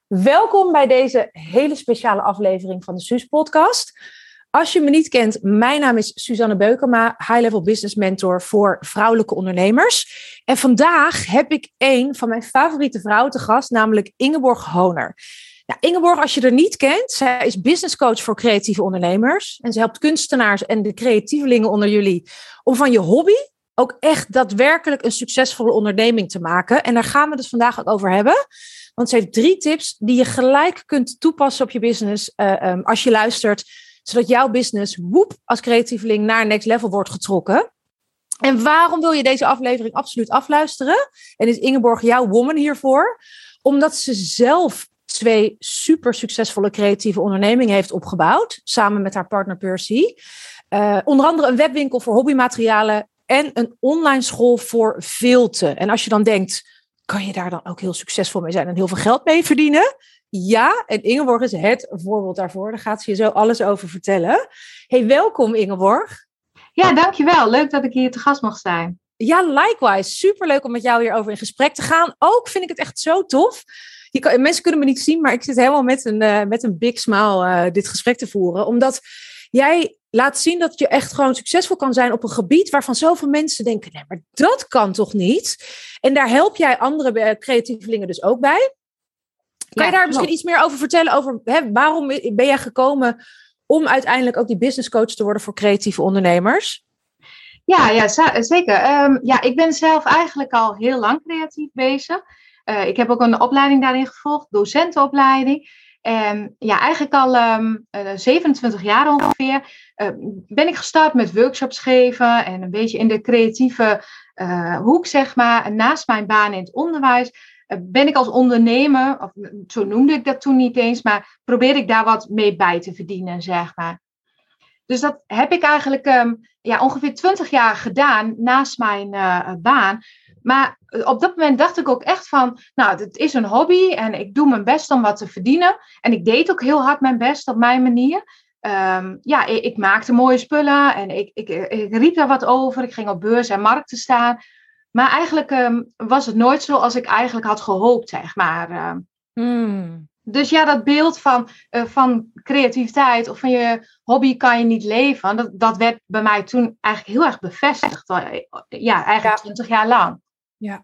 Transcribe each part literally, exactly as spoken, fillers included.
Welkom bij deze hele speciale aflevering van de S U S-podcast. Als je me niet kent, mijn naam is Suzanne Beukema, High-Level Business Mentor voor vrouwelijke ondernemers. En vandaag heb ik een van mijn favoriete vrouwen te gast, namelijk Ingeborg Honer. Nou, Ingeborg, als je haar niet kent, zij is business coach voor creatieve ondernemers. En ze helpt kunstenaars en de creatievelingen onder jullie om van je hobby ook echt daadwerkelijk een succesvolle onderneming te maken. En daar gaan we het vandaag ook over hebben. Want ze heeft drie tips die je gelijk kunt toepassen op je business uh, um, als je luistert. Zodat jouw business, woep, als creatieveling naar next level wordt getrokken. En waarom wil je deze aflevering absoluut afluisteren? En is Ingeborg jouw woman hiervoor? Omdat ze zelf twee super succesvolle creatieve ondernemingen heeft opgebouwd. Samen met haar partner Percy. Uh, onder andere een webwinkel voor hobbymaterialen. En een online school voor Veelte. En als je dan denkt, kan je daar dan ook heel succesvol mee zijn en heel veel geld mee verdienen? Ja, en Ingeborg is het voorbeeld daarvoor. Daar gaat ze je zo alles over vertellen. Hey, welkom Ingeborg. Ja, dankjewel. Leuk dat ik hier te gast mag zijn. Ja, likewise. Superleuk om met jou hierover in gesprek te gaan. Ook vind ik het echt zo tof. Je kan, mensen kunnen me niet zien, maar ik zit helemaal met een, uh, met een big smile uh, dit gesprek te voeren. Omdat jij laat zien dat je echt gewoon succesvol kan zijn op een gebied waarvan zoveel mensen denken, nee, maar dat kan toch niet? En daar help jij andere creatievelingen dus ook bij. Kan ja, je daar misschien klopt. iets meer over vertellen? Over hè, waarom ben jij gekomen om uiteindelijk ook die business coach te worden voor creatieve ondernemers? Ja, ja zeker. Um, ja, ik ben zelf eigenlijk al heel lang creatief bezig. Uh, ik heb ook een opleiding daarin gevolgd, docentenopleiding. En ja, eigenlijk al um, uh, zevenentwintig jaar ongeveer uh, ben ik gestart met workshops geven en een beetje in de creatieve uh, hoek, zeg maar. En naast mijn baan in het onderwijs uh, ben ik als ondernemer, of zo noemde ik dat toen niet eens, maar probeer ik daar wat mee bij te verdienen, zeg maar. Dus dat heb ik eigenlijk um, ja, ongeveer twintig jaar gedaan naast mijn uh, baan. Maar op dat moment dacht ik ook echt van, nou, het is een hobby en ik doe mijn best om wat te verdienen. En ik deed ook heel hard mijn best op mijn manier. Um, ja, ik, ik maakte mooie spullen en ik, ik, ik riep daar wat over. Ik ging op beurs en markten staan. Maar eigenlijk um, was het nooit zo als ik eigenlijk had gehoopt, zeg maar. Uh, mm. Dus ja, dat beeld van, uh, van creativiteit of van je hobby kan je niet leven. Dat, dat werd bij mij toen eigenlijk heel erg bevestigd. Ja, eigenlijk twintig jaar lang. Ja.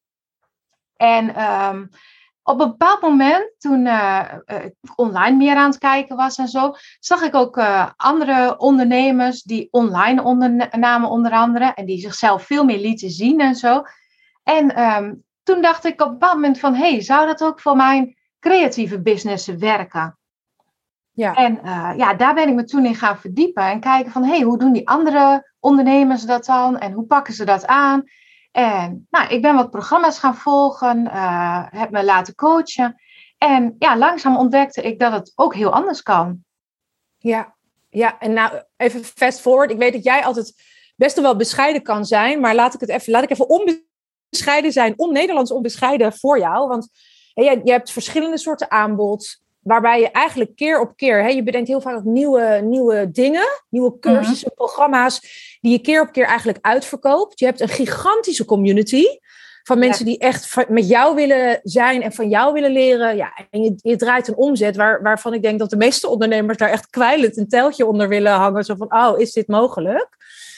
En um, op een bepaald moment, toen uh, uh, ik online meer aan het kijken was en zo, zag ik ook uh, andere ondernemers die online ondernamen onder andere. En die zichzelf veel meer lieten zien en zo. En um, toen dacht ik op een bepaald moment van, hé, hey, zou dat ook voor mijn creatieve business werken? Ja. En uh, ja, daar ben ik me toen in gaan verdiepen en kijken van, hé, hey, hoe doen die andere ondernemers dat dan? En hoe pakken ze dat aan? En nou, ik ben wat programma's gaan volgen, uh, heb me laten coachen. En ja, langzaam ontdekte ik dat het ook heel anders kan. Ja, ja, en nou even fast forward. Ik weet dat jij altijd best wel bescheiden kan zijn. Maar laat ik het even, laat ik even onbescheiden zijn, on-Nederlands onbescheiden voor jou. Want hey, je, je hebt verschillende soorten aanbod. Waarbij je eigenlijk keer op keer, hè, je bedenkt heel vaak ook nieuwe, nieuwe dingen, nieuwe cursussen, mm-hmm. programma's, die je keer op keer eigenlijk uitverkoopt. Je hebt een gigantische community van mensen ja. die echt met jou willen zijn en van jou willen leren. Ja, en je, je draait een omzet waar, waarvan ik denk dat de meeste ondernemers daar echt kwijlend een teltje onder willen hangen. Zo van, oh, is dit mogelijk?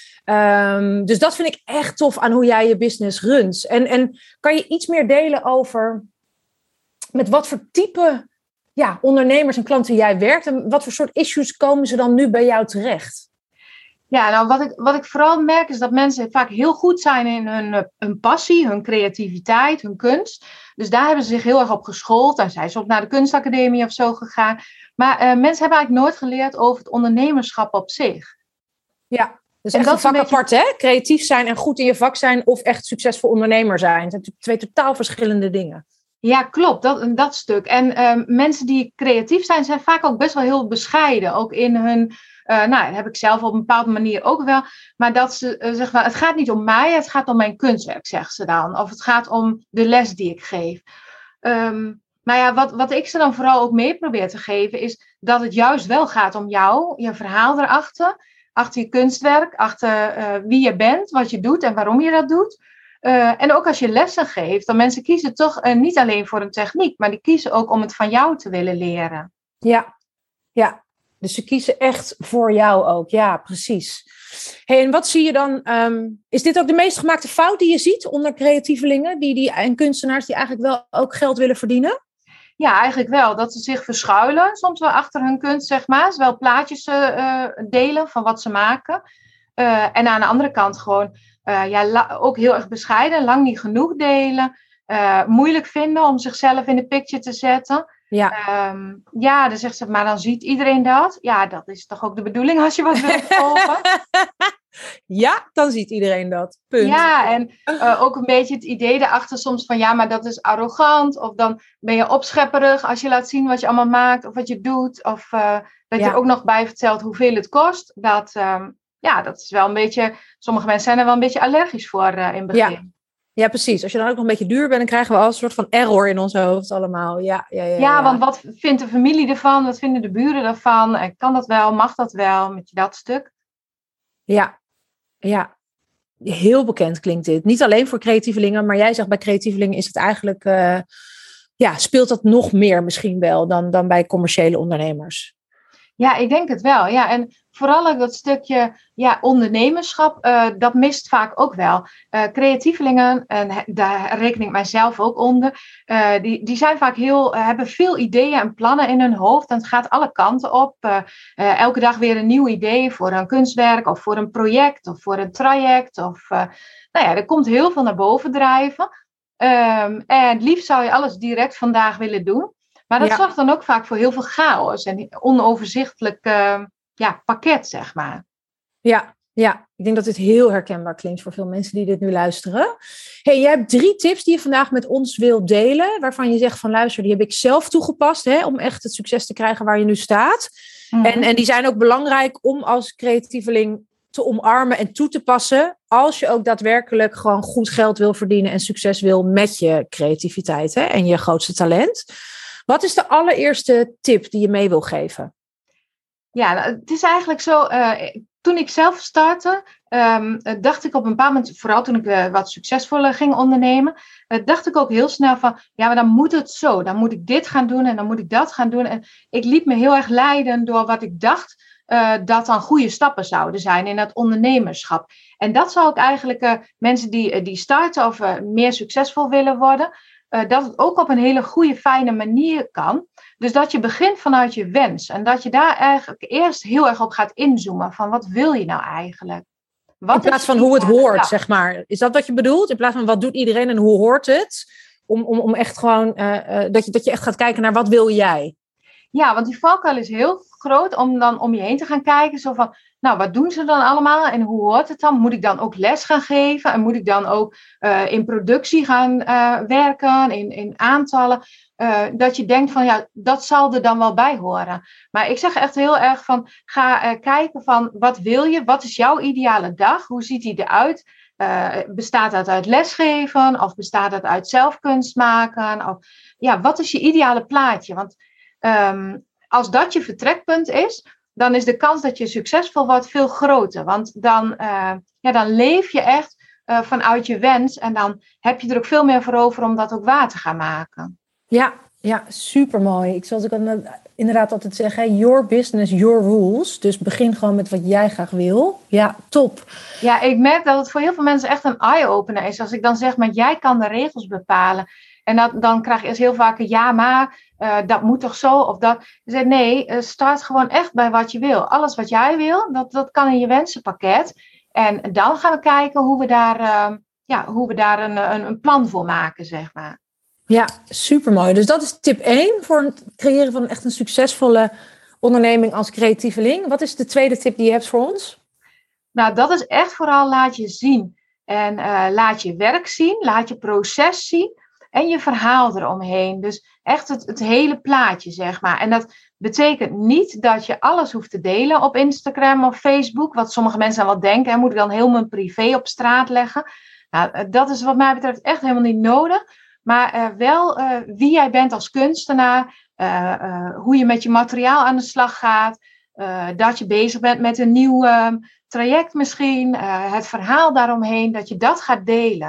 Um, dus dat vind ik echt tof aan hoe jij je business runt. En, en kan je iets meer delen over met wat voor type ja, ondernemers en klanten jij werkt en wat voor soort issues komen ze dan nu bij jou terecht? Ja, nou wat ik, wat ik vooral merk is dat mensen vaak heel goed zijn in hun, hun passie, hun creativiteit, hun kunst. Dus daar hebben ze zich heel erg op geschoold en zijn ze ook naar de kunstacademie of zo gegaan. Maar uh, mensen hebben eigenlijk nooit geleerd over het ondernemerschap op zich. Ja, dus echt een vak een beetje apart, hè? Creatief zijn en goed in je vak zijn of echt succesvol ondernemer zijn. Het zijn natuurlijk twee totaal verschillende dingen. Ja, klopt. Dat, dat stuk. En um, mensen die creatief zijn, zijn vaak ook best wel heel bescheiden. Ook in hun, uh, nou, dat heb ik zelf op een bepaalde manier ook wel. Maar dat ze uh, zeggen, wel, het gaat niet om mij, het gaat om mijn kunstwerk, zeggen ze dan. Of het gaat om de les die ik geef. Um, nou ja, wat, wat ik ze dan vooral ook mee probeer te geven, is dat het juist wel gaat om jou, je verhaal erachter. Achter je kunstwerk, achter uh, wie je bent, wat je doet en waarom je dat doet. Uh, en ook als je lessen geeft, dan mensen kiezen toch uh, niet alleen voor een techniek, maar die kiezen ook om het van jou te willen leren. Ja, ja. Dus ze kiezen echt voor jou ook. Ja, precies. Hey, en wat zie je dan? Um, is dit ook de meest gemaakte fout die je ziet onder creatievelingen die, die, en kunstenaars die eigenlijk wel ook geld willen verdienen? Ja, eigenlijk wel. Dat ze zich verschuilen, soms wel achter hun kunst, zeg maar. Ze wel plaatjes uh, delen van wat ze maken. Uh, en aan de andere kant gewoon uh, ja, la- ook heel erg bescheiden, lang niet genoeg delen. Uh, moeilijk vinden om zichzelf in de picture te zetten. Ja. Um, ja, dan zegt ze, maar dan ziet iedereen dat. Ja, dat is toch ook de bedoeling als je wat wilt volgen. Ja, dan ziet iedereen dat. Punt. Ja, en uh, ook een beetje het idee erachter soms van, ja, maar dat is arrogant. Of dan ben je opschepperig als je laat zien wat je allemaal maakt of wat je doet. Of uh, dat ja. je ook nog bij vertelt hoeveel het kost. Dat, um, ja, dat is wel een beetje, sommige mensen zijn er wel een beetje allergisch voor uh, in het begin. Ja. Ja, precies. Als je dan ook nog een beetje duur bent, dan krijgen we al een soort van error in ons hoofd allemaal. Ja, ja, ja, ja. ja, want wat vindt de familie ervan? Wat vinden de buren ervan? En kan dat wel? Mag dat wel? Met dat stuk? Ja, ja. Heel bekend klinkt dit. Niet alleen voor creatievelingen, maar jij zegt bij creatievelingen is het eigenlijk, uh, ja, speelt dat nog meer misschien wel dan, dan bij commerciële ondernemers. Ja, ik denk het wel. Ja, en vooral ook dat stukje ja, ondernemerschap, uh, dat mist vaak ook wel. Uh, creatievelingen, en daar reken ik mijzelf ook onder, uh, die, die zijn vaak heel, uh, hebben veel ideeën en plannen in hun hoofd. En het gaat alle kanten op. Uh, uh, elke dag weer een nieuw idee voor een kunstwerk of voor een project of voor een traject. Of, uh, nou ja, er komt heel veel naar boven drijven. Um, en het liefst zou je alles direct vandaag willen doen. Maar dat ja. zorgt dan ook vaak voor heel veel chaos en onoverzichtelijk uh, ja, pakket, zeg maar. Ja, ja, ik denk dat dit heel herkenbaar klinkt voor veel mensen die dit nu luisteren. Hey, jij hebt drie tips die je vandaag met ons wilt delen, waarvan je zegt van luister, die heb ik zelf toegepast, hè, om echt het succes te krijgen waar je nu staat. Mm-hmm. En, en die zijn ook belangrijk om als creatieveling te omarmen en toe te passen, als je ook daadwerkelijk gewoon goed geld wil verdienen en succes wil met je creativiteit, hè, en je grootste talent. Wat is de allereerste tip die je mee wil geven? Ja, het is eigenlijk zo. Uh, toen ik zelf startte, um, dacht ik op een bepaald moment, vooral toen ik uh, wat succesvoller ging ondernemen, uh, dacht ik ook heel snel van, ja, maar dan moet het zo. Dan moet ik dit gaan doen en dan moet ik dat gaan doen. En ik liet me heel erg leiden door wat ik dacht uh, dat dan goede stappen zouden zijn in het ondernemerschap. En dat zou ik eigenlijk uh, mensen die, uh, die starten of uh, meer succesvol willen worden, Uh, dat het ook op een hele goede, fijne manier kan. Dus dat je begint vanuit je wens. En dat je daar eigenlijk eerst heel erg op gaat inzoomen. Van wat wil je nou eigenlijk? Wat in plaats van hoe het hoort, dag? Zeg maar. Is dat wat je bedoelt? In plaats van wat doet iedereen en hoe hoort het? Om, om, om echt gewoon, uh, uh, dat, je, dat je echt gaat kijken naar wat wil jij? Ja, want die valkuil is heel groot om dan om je heen te gaan kijken. Zo van, nou, wat doen ze dan allemaal en hoe hoort het dan? Moet ik dan ook les gaan geven? En moet ik dan ook uh, in productie gaan uh, werken, in, in aantallen? Uh, dat je denkt van, ja, dat zal er dan wel bij horen. Maar ik zeg echt heel erg van, ga uh, kijken van, wat wil je? Wat is jouw ideale dag? Hoe ziet die eruit? Uh, bestaat dat uit lesgeven? Of bestaat dat uit zelfkunst maken? Of, ja, wat is je ideale plaatje? Want um, als dat je vertrekpunt is, dan is de kans dat je succesvol wordt veel groter. Want dan, uh, ja, dan leef je echt uh, vanuit je wens. En dan heb je er ook veel meer voor over om dat ook waar te gaan maken. Ja, ja, supermooi. Ik zal het inderdaad altijd zeggen, your business, your rules. Dus begin gewoon met wat jij graag wil. Ja, top. Ja, ik merk dat het voor heel veel mensen echt een eye-opener is. Als ik dan zeg, maar jij kan de regels bepalen. En dat, dan krijg je eerst heel vaak een ja, maar uh, dat moet toch zo? Of dat. Je zegt nee, uh, start gewoon echt bij wat je wil. Alles wat jij wil, dat, dat kan in je wensenpakket. En dan gaan we kijken hoe we daar, uh, ja, hoe we daar een, een, een plan voor maken, zeg maar. Ja, supermooi. Dus dat is tip één voor het creëren van echt een succesvolle onderneming als creatieveling. Wat is de tweede tip die je hebt voor ons? Nou, dat is echt vooral laat je zien. En uh, laat je werk zien, laat je proces zien. En je verhaal eromheen. Dus echt het, het hele plaatje, zeg maar. En dat betekent niet dat je alles hoeft te delen op Instagram of Facebook. Wat sommige mensen dan wel denken. Hè, moet ik dan heel mijn privé op straat leggen? Nou, dat is wat mij betreft echt helemaal niet nodig. Maar uh, wel uh, wie jij bent als kunstenaar. Uh, uh, hoe je met je materiaal aan de slag gaat. Uh, dat je bezig bent met een nieuw uh, traject misschien. Uh, het verhaal daaromheen. Dat je dat gaat delen.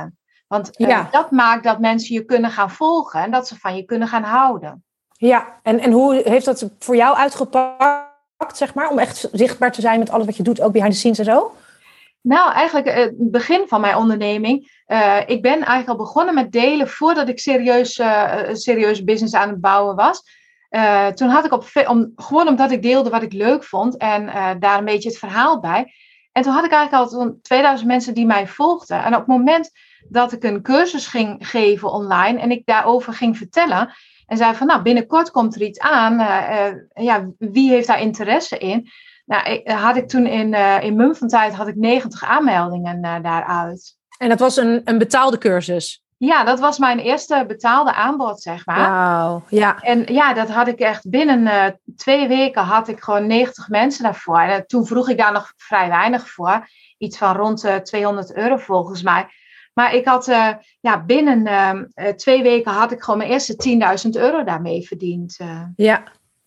Want uh, ja. dat maakt dat mensen je kunnen gaan volgen en dat ze van je kunnen gaan houden. Ja, en, en hoe heeft dat voor jou uitgepakt, zeg maar, om echt zichtbaar te zijn met alles wat je doet, ook behind the scenes en zo? Nou, eigenlijk uh, het begin van mijn onderneming. Uh, ik ben eigenlijk al begonnen met delen voordat ik serieus, uh, een serieuze business aan het bouwen was. Uh, toen had ik op, om, gewoon omdat ik deelde wat ik leuk vond en uh, daar een beetje het verhaal bij. En toen had ik eigenlijk al zo'n tweeduizend mensen die mij volgden. En op het moment dat ik een cursus ging geven online en ik daarover ging vertellen en zei van, nou, binnenkort komt er iets aan. Uh, uh, ja, wie heeft daar interesse in? Nou, ik, had ik toen in, uh, in mum van tijd had ik negentig aanmeldingen uh, daaruit. En dat was een, een betaalde cursus? Ja, dat was mijn eerste betaalde aanbod, zeg maar. Wauw, ja. En ja, dat had ik echt binnen uh, twee weken had ik gewoon negentig mensen daarvoor. En uh, toen vroeg ik daar nog vrij weinig voor. Iets van rond uh, tweehonderd euro volgens mij. Maar ik had uh, ja, binnen uh, twee weken had ik gewoon mijn eerste tienduizend euro daarmee verdiend. Uh. Ja,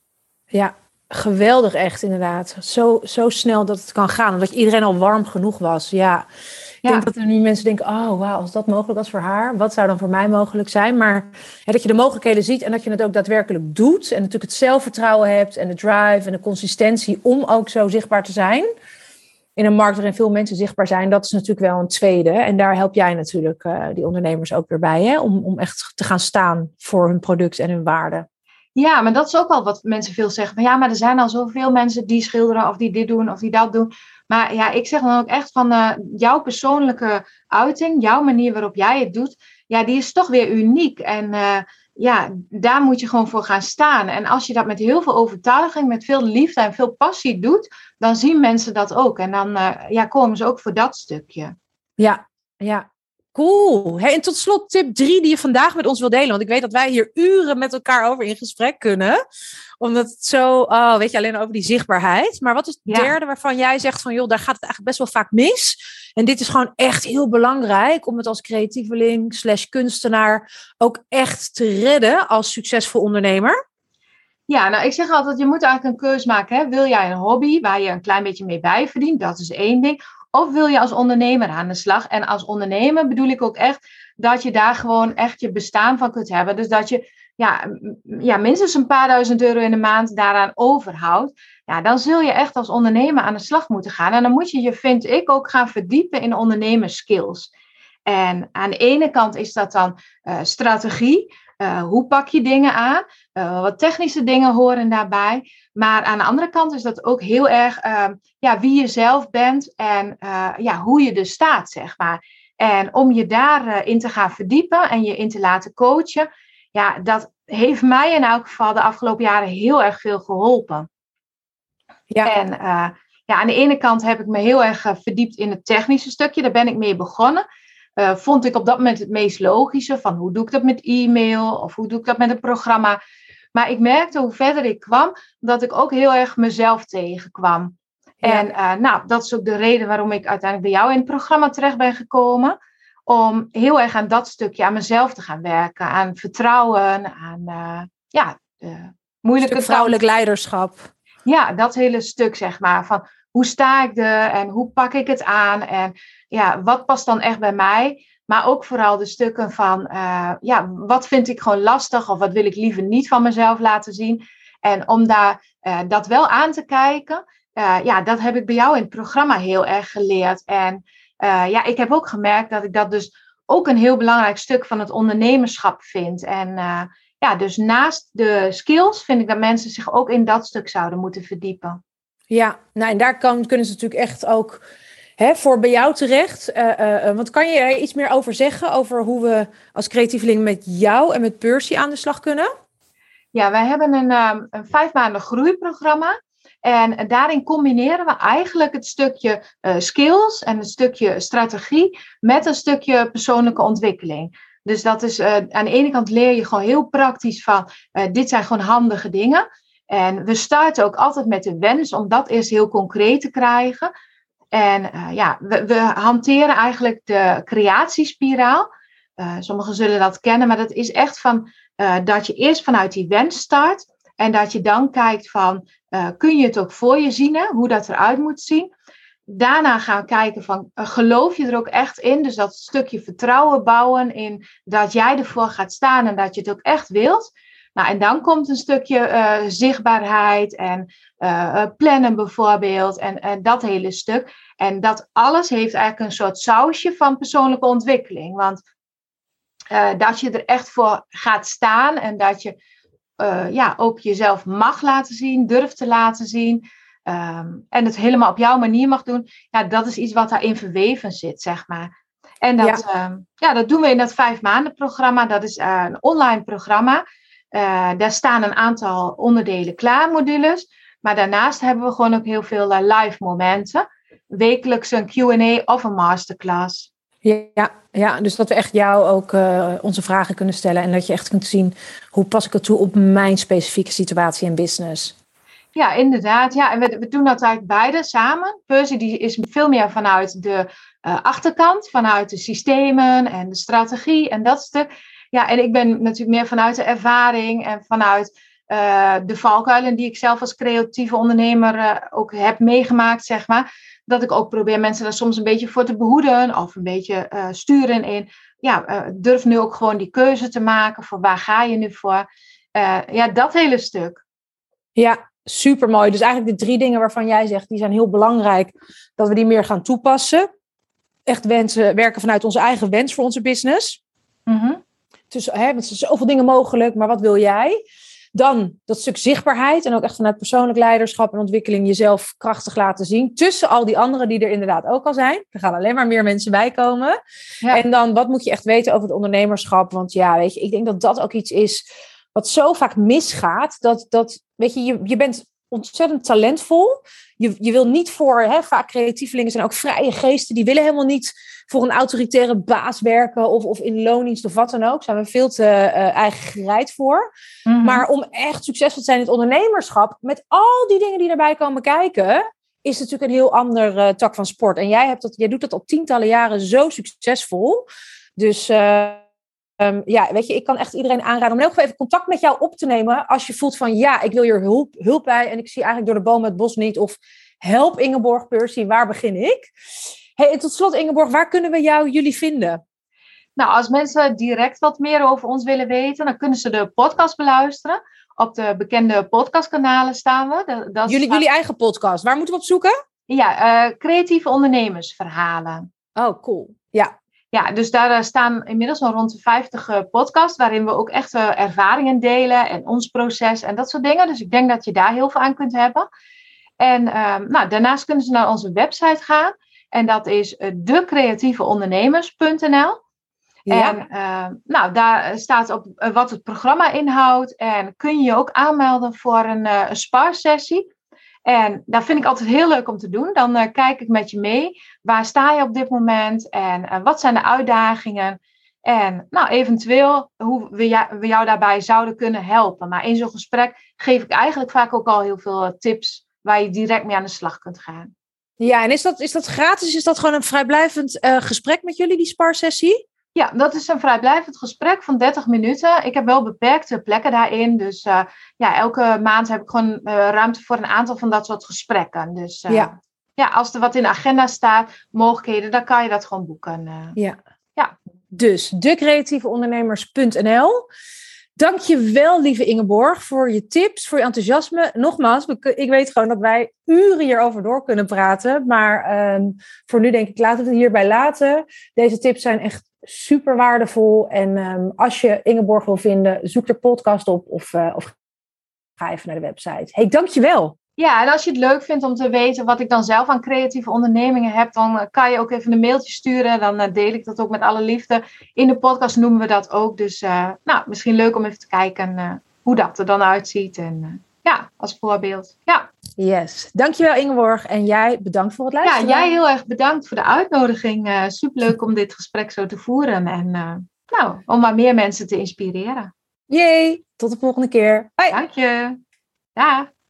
ja. Geweldig echt inderdaad. Zo, zo snel dat het kan gaan. Omdat iedereen al warm genoeg was. Ja. Ik ja. denk dat er nu mensen denken, oh wauw, als dat mogelijk was voor haar, wat zou dan voor mij mogelijk zijn? Maar ja, dat je de mogelijkheden ziet en dat je het ook daadwerkelijk doet. En natuurlijk het zelfvertrouwen hebt en de drive en de consistentie om ook zo zichtbaar te zijn. In een markt waarin veel mensen zichtbaar zijn, dat is natuurlijk wel een tweede. En daar help jij natuurlijk uh, die ondernemers ook weer bij, hè? Om, om echt te gaan staan voor hun product en hun waarde. Ja, maar dat is ook al wat mensen veel zeggen. Maar ja, maar er zijn al zoveel mensen die schilderen of die dit doen of die dat doen. Maar ja, ik zeg dan ook echt van uh, jouw persoonlijke uiting, jouw manier waarop jij het doet, ja, die is toch weer uniek. En uh, ja, daar moet je gewoon voor gaan staan. En als je dat met heel veel overtuiging, met veel liefde en veel passie doet, dan zien mensen dat ook. En dan uh, ja, komen ze ook voor dat stukje. Ja, ja. Cool. Hey, en tot slot tip drie die je vandaag met ons wil delen. Want ik weet dat wij hier uren met elkaar over in gesprek kunnen. Omdat het zo, oh, weet je, alleen over die zichtbaarheid. Maar wat is het derde ja. waarvan jij zegt van, joh, daar gaat het eigenlijk best wel vaak mis. En dit is gewoon echt heel belangrijk om het als creatieveling slash kunstenaar ook echt te redden als succesvol ondernemer. Ja, nou ik zeg altijd, je moet eigenlijk een keus maken. Hè? Wil jij een hobby waar je een klein beetje mee bijverdient? Dat is één ding. Of wil je als ondernemer aan de slag? En als ondernemer bedoel ik ook echt dat je daar gewoon echt je bestaan van kunt hebben. Dus dat je ja, ja, minstens een paar duizend euro in de maand daaraan overhoudt. Ja, dan zul je echt als ondernemer aan de slag moeten gaan. En dan moet je je, vind ik, ook gaan verdiepen in ondernemerskills. En aan de ene kant is dat dan uh, strategie. Uh, hoe pak je dingen aan? Uh, wat technische dingen horen daarbij. Maar aan de andere kant is dat ook heel erg uh, ja, wie je zelf bent en uh, ja, hoe je dus staat, zeg maar. En om je daarin uh, te gaan verdiepen en je in te laten coachen, ja, dat heeft mij in elk geval de afgelopen jaren heel erg veel geholpen. Ja. En uh, ja, aan de ene kant heb ik me heel erg uh, verdiept in het technische stukje. Daar ben ik mee begonnen. Uh, vond ik op dat moment het meest logische. Van hoe doe ik dat met e-mail? Of hoe doe ik dat met een programma? Maar ik merkte hoe verder ik kwam, dat ik ook heel erg mezelf tegenkwam. Ja. En uh, nou, dat is ook de reden waarom ik uiteindelijk bij jou in het programma terecht ben gekomen. Om heel erg aan dat stukje, aan mezelf te gaan werken. Aan vertrouwen, aan uh, ja, uh, moeilijke... Stuk vrouwelijk kant. Leiderschap. Ja, dat hele stuk, zeg maar. Van hoe sta ik er en hoe pak ik het aan? En ja, wat past dan echt bij mij? Maar ook vooral de stukken van, uh, ja, wat vind ik gewoon lastig? Of wat wil ik liever niet van mezelf laten zien? En om daar uh, dat wel aan te kijken, uh, ja, dat heb ik bij jou in het programma heel erg geleerd. En uh, ja, ik heb ook gemerkt dat ik dat dus ook een heel belangrijk stuk van het ondernemerschap vind. En uh, ja, dus naast de skills vind ik dat mensen zich ook in dat stuk zouden moeten verdiepen. Ja, nou en daar kan, kunnen ze natuurlijk echt ook hè, voor bij jou terecht. Uh, uh, want kan je er iets meer over zeggen, over hoe we als creatieveling met jou en met Percy aan de slag kunnen? Ja, wij hebben een, um, een vijf maanden groeiprogramma. En daarin combineren we eigenlijk het stukje uh, skills en een stukje strategie met een stukje persoonlijke ontwikkeling. Dus dat is, uh, aan de ene kant leer je gewoon heel praktisch van, uh, dit zijn gewoon handige dingen. En we starten ook altijd met de wens om dat eerst heel concreet te krijgen. En uh, ja, we, we hanteren eigenlijk de creatiespiraal. Uh, sommigen zullen dat kennen, maar dat is echt van uh, dat je eerst vanuit die wens start. En dat je dan kijkt van, uh, kun je het ook voor je zien, hè, hoe dat eruit moet zien. daarna gaan we kijken van, uh, geloof je er ook echt in? Dus dat stukje vertrouwen bouwen in dat jij ervoor gaat staan en dat je het ook echt wilt. Nou, en dan komt een stukje uh, zichtbaarheid en uh, plannen bijvoorbeeld en uh, dat hele stuk. En dat alles heeft eigenlijk een soort sausje van persoonlijke ontwikkeling. Want uh, dat je er echt voor gaat staan en dat je uh, ja, ook jezelf mag laten zien, durft te laten zien. Um, en het helemaal op jouw manier mag doen. Ja, dat is iets wat daarin verweven zit, zeg maar. En dat, ja. Um, ja, dat doen we in dat vijf maanden programma. Dat is uh, een online programma. Uh, daar staan een aantal onderdelen klaar, modules. Maar daarnaast hebben we gewoon ook heel veel uh, live momenten. Wekelijks een Q en A of een masterclass. Ja, ja, dus dat we echt jou ook uh, onze vragen kunnen stellen. En dat je echt kunt zien, hoe pas ik het toe op mijn specifieke situatie en business. Ja, inderdaad. Ja, en we, we doen dat eigenlijk beide samen. Percy die is veel meer vanuit de uh, achterkant, vanuit de systemen en de strategie en dat stuk. Ja, en ik ben natuurlijk meer vanuit de ervaring en vanuit uh, de valkuilen die ik zelf als creatieve ondernemer uh, ook heb meegemaakt, zeg maar. Dat ik ook probeer mensen daar soms een beetje voor te behoeden of een beetje uh, sturen in. Ja, uh, durf nu ook gewoon die keuze te maken voor waar ga je nu voor. Uh, ja, dat hele stuk. Ja, supermooi. Dus eigenlijk de drie dingen waarvan jij zegt, die zijn heel belangrijk. Dat we die meer gaan toepassen. Echt wensen, werken vanuit onze eigen wens voor onze business. Mm-hmm. Dus, hè, er zijn zoveel dingen mogelijk, maar wat wil jij? Dan dat stuk zichtbaarheid en ook echt vanuit persoonlijk leiderschap en ontwikkeling jezelf krachtig laten zien. Tussen al die anderen die er inderdaad ook al zijn. Er gaan alleen maar meer mensen bij komen. Ja. En dan, wat moet je echt weten over het ondernemerschap? Want ja, weet je, ik denk dat dat ook iets is wat zo vaak misgaat. Dat, dat weet je, je, je bent ontzettend talentvol. Je, je wil niet voor, hè, vaak creatievelingen zijn ook vrije geesten. Die willen helemaal niet voor een autoritaire baas werken of, of in loondienst of wat dan ook. Daar zijn we veel te uh, eigen gereid voor. Mm-hmm. Maar om echt succesvol te zijn in het ondernemerschap, met al die dingen die erbij komen kijken, is het natuurlijk een heel ander uh, tak van sport. En jij, hebt dat, jij doet dat al tientallen jaren zo succesvol. Dus uh, um, ja, weet je, ik kan echt iedereen aanraden om in elk geval even contact met jou op te nemen als je voelt van ja, ik wil hier hulp, hulp bij en ik zie eigenlijk door de bomen het bos niet. Of help Ingeborg Percy, waar begin ik? Hey, en tot slot Ingeborg, waar kunnen we jou, jullie vinden? Nou, als mensen direct wat meer over ons willen weten, dan kunnen ze de podcast beluisteren. Op de bekende podcastkanalen staan we. Dat, dat jullie, staat... jullie eigen podcast, waar moeten we op zoeken? Ja, uh, creatieve ondernemersverhalen. Oh, cool. Ja. Ja, dus daar uh, staan inmiddels al rond de vijftig uh, podcasts, waarin we ook echt uh, ervaringen delen en ons proces en dat soort dingen. Dus ik denk dat je daar heel veel aan kunt hebben. En uh, nou, daarnaast kunnen ze naar onze website gaan. En dat is uh, de creatieve ondernemers punt n l. Ja. En uh, nou, daar staat op uh, wat het programma inhoudt. En kun je je ook aanmelden voor een, uh, een sparsessie. En dat vind ik altijd heel leuk om te doen. Dan uh, kijk ik met je mee. Waar sta je op dit moment? En uh, wat zijn de uitdagingen? En nou, eventueel hoe we jou, we jou daarbij zouden kunnen helpen. Maar in zo'n gesprek geef ik eigenlijk vaak ook al heel veel uh, tips waar je direct mee aan de slag kunt gaan. Ja, en is dat, is dat gratis? Is dat gewoon een vrijblijvend uh, gesprek met jullie, die sparsessie? Ja, dat is een vrijblijvend gesprek van dertig minuten. Ik heb wel beperkte plekken daarin. Dus uh, ja, elke maand heb ik gewoon uh, ruimte voor een aantal van dat soort gesprekken. Dus uh, ja. ja, als er wat in de agenda staat, mogelijkheden, dan kan je dat gewoon boeken. Uh. Ja. ja. Dus de creatieve ondernemers punt n l. Dank je wel, lieve Ingeborg, voor je tips, voor je enthousiasme. Nogmaals, ik weet gewoon dat wij uren hierover door kunnen praten. Maar um, voor nu denk ik, laten we het hierbij laten. Deze tips zijn echt super waardevol. En um, als je Ingeborg wil vinden, zoek de podcast op of, uh, of ga even naar de website. Hey, dank je wel. Ja, en als je het leuk vindt om te weten wat ik dan zelf aan creatieve ondernemingen heb, dan kan je ook even een mailtje sturen. Dan deel ik dat ook met alle liefde. In de podcast noemen we dat ook. Dus uh, nou, misschien leuk om even te kijken uh, hoe dat er dan uitziet. En uh, ja, als voorbeeld. Ja. Yes. Dankjewel Ingeborg. En jij bedankt voor het luisteren. Ja, jij heel erg bedankt voor de uitnodiging. Uh, superleuk om dit gesprek zo te voeren. En uh, nou, om maar meer mensen te inspireren. Jee, tot de volgende keer. Bye. Dank je. Dag.